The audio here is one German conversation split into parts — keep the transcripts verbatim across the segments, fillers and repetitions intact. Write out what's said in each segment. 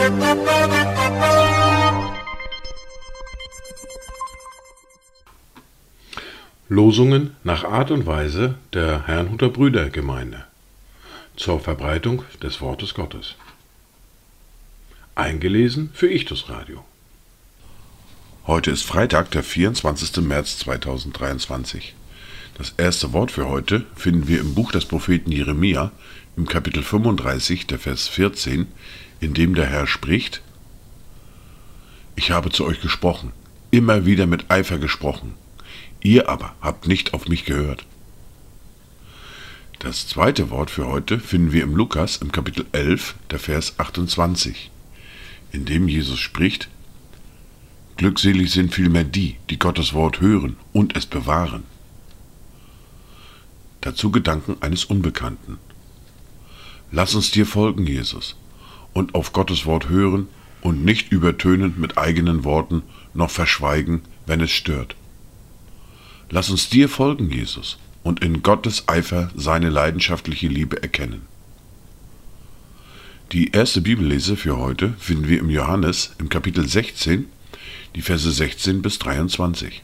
Losungen nach Art und Weise der Herrnhuter Brüdergemeinde zur Verbreitung des Wortes Gottes. Eingelesen für Ichtus Radio. Heute ist Freitag, der vierundzwanzigster März zweitausenddreiundzwanzig. Das erste Wort für heute finden wir im Buch des Propheten Jeremia, im Kapitel fünfunddreißig, der Vers vierzehn, in dem der Herr spricht: Ich habe zu euch gesprochen, immer wieder mit Eifer gesprochen, ihr aber habt nicht auf mich gehört. Das zweite Wort für heute finden wir im Lukas, im Kapitel elf, der Vers achtundzwanzig, in dem Jesus spricht: Glückselig sind vielmehr die, die Gottes Wort hören und es bewahren. Dazu Gedanken eines Unbekannten. Lass uns dir folgen, Jesus, und auf Gottes Wort hören und nicht übertönen mit eigenen Worten, noch verschweigen, wenn es stört. Lass uns dir folgen, Jesus, und in Gottes Eifer seine leidenschaftliche Liebe erkennen. Die erste Bibellese für heute finden wir im Johannes im Kapitel sechzehn, die Verse sechzehn bis dreiundzwanzig.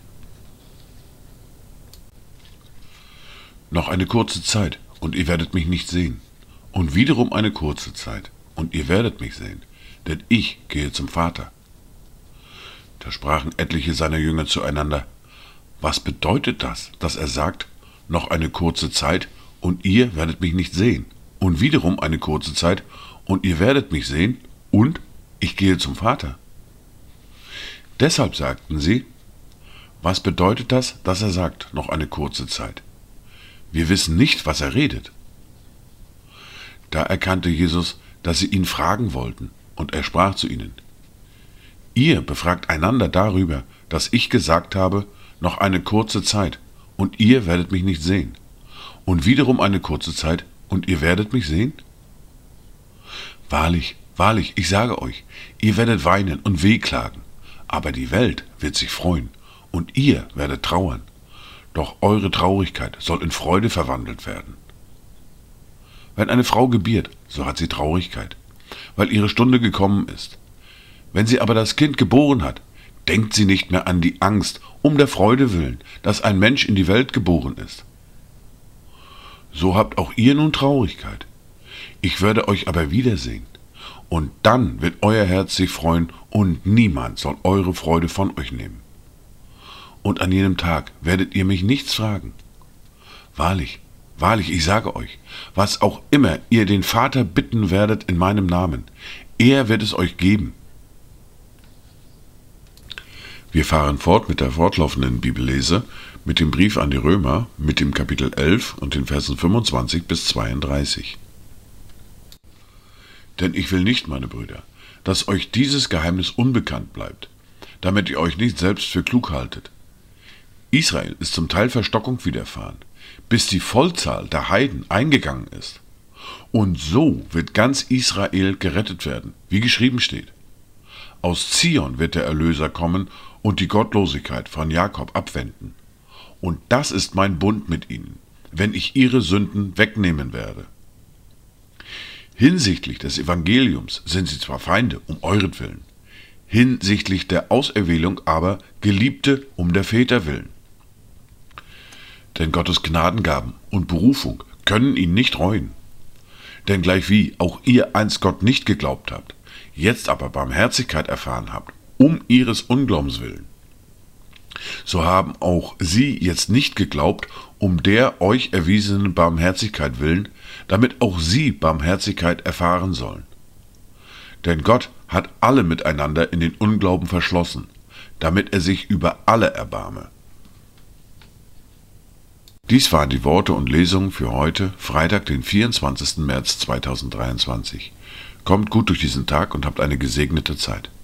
Noch eine kurze Zeit, und ihr werdet mich nicht sehen. Und wiederum eine kurze Zeit, und ihr werdet mich sehen, denn ich gehe zum Vater. Da sprachen etliche seiner Jünger zueinander: Was bedeutet das, dass er sagt, noch eine kurze Zeit, und ihr werdet mich nicht sehen? Und wiederum eine kurze Zeit, und ihr werdet mich sehen, und ich gehe zum Vater. Deshalb sagten sie: Was bedeutet das, dass er sagt, noch eine kurze Zeit? Wir wissen nicht, was er redet. Da erkannte Jesus, dass sie ihn fragen wollten, und er sprach zu ihnen: Ihr befragt einander darüber, dass ich gesagt habe, noch eine kurze Zeit, und ihr werdet mich nicht sehen. Und wiederum eine kurze Zeit, und ihr werdet mich sehen? Wahrlich, wahrlich, ich sage euch, ihr werdet weinen und wehklagen, aber die Welt wird sich freuen, und ihr werdet trauern. Doch eure Traurigkeit soll in Freude verwandelt werden. Wenn eine Frau gebiert, so hat sie Traurigkeit, weil ihre Stunde gekommen ist. Wenn sie aber das Kind geboren hat, denkt sie nicht mehr an die Angst, um der Freude willen, dass ein Mensch in die Welt geboren ist. So habt auch ihr nun Traurigkeit. Ich werde euch aber wiedersehen, und dann wird euer Herz sich freuen, und niemand soll eure Freude von euch nehmen. Und an jenem Tag werdet ihr mich nichts fragen. Wahrlich, wahrlich, ich sage euch, was auch immer ihr den Vater bitten werdet in meinem Namen, er wird es euch geben. Wir fahren fort mit der fortlaufenden Bibellese, mit dem Brief an die Römer, mit dem Kapitel elf und den Versen fünfundzwanzig bis zweiunddreißig. Denn ich will nicht, meine Brüder, dass euch dieses Geheimnis unbekannt bleibt, damit ihr euch nicht selbst für klug haltet. Israel ist zum Teil Verstockung widerfahren, bis die Vollzahl der Heiden eingegangen ist. Und so wird ganz Israel gerettet werden, wie geschrieben steht: Aus Zion wird der Erlöser kommen und die Gottlosigkeit von Jakob abwenden. Und das ist mein Bund mit ihnen, wenn ich ihre Sünden wegnehmen werde. Hinsichtlich des Evangeliums sind sie zwar Feinde um euretwillen, hinsichtlich der Auserwählung aber Geliebte um der Väter willen. Denn Gottes Gnadengaben und Berufung können ihn nicht reuen. Denn gleichwie auch ihr einst Gott nicht geglaubt habt, jetzt aber Barmherzigkeit erfahren habt, um ihres Unglaubens willen, so haben auch sie jetzt nicht geglaubt, um der euch erwiesenen Barmherzigkeit willen, damit auch sie Barmherzigkeit erfahren sollen. Denn Gott hat alle miteinander in den Unglauben verschlossen, damit er sich über alle erbarme. Dies waren die Worte und Lesungen für heute, Freitag, den vierundzwanzigsten März zweitausenddreiundzwanzig. Kommt gut durch diesen Tag und habt eine gesegnete Zeit.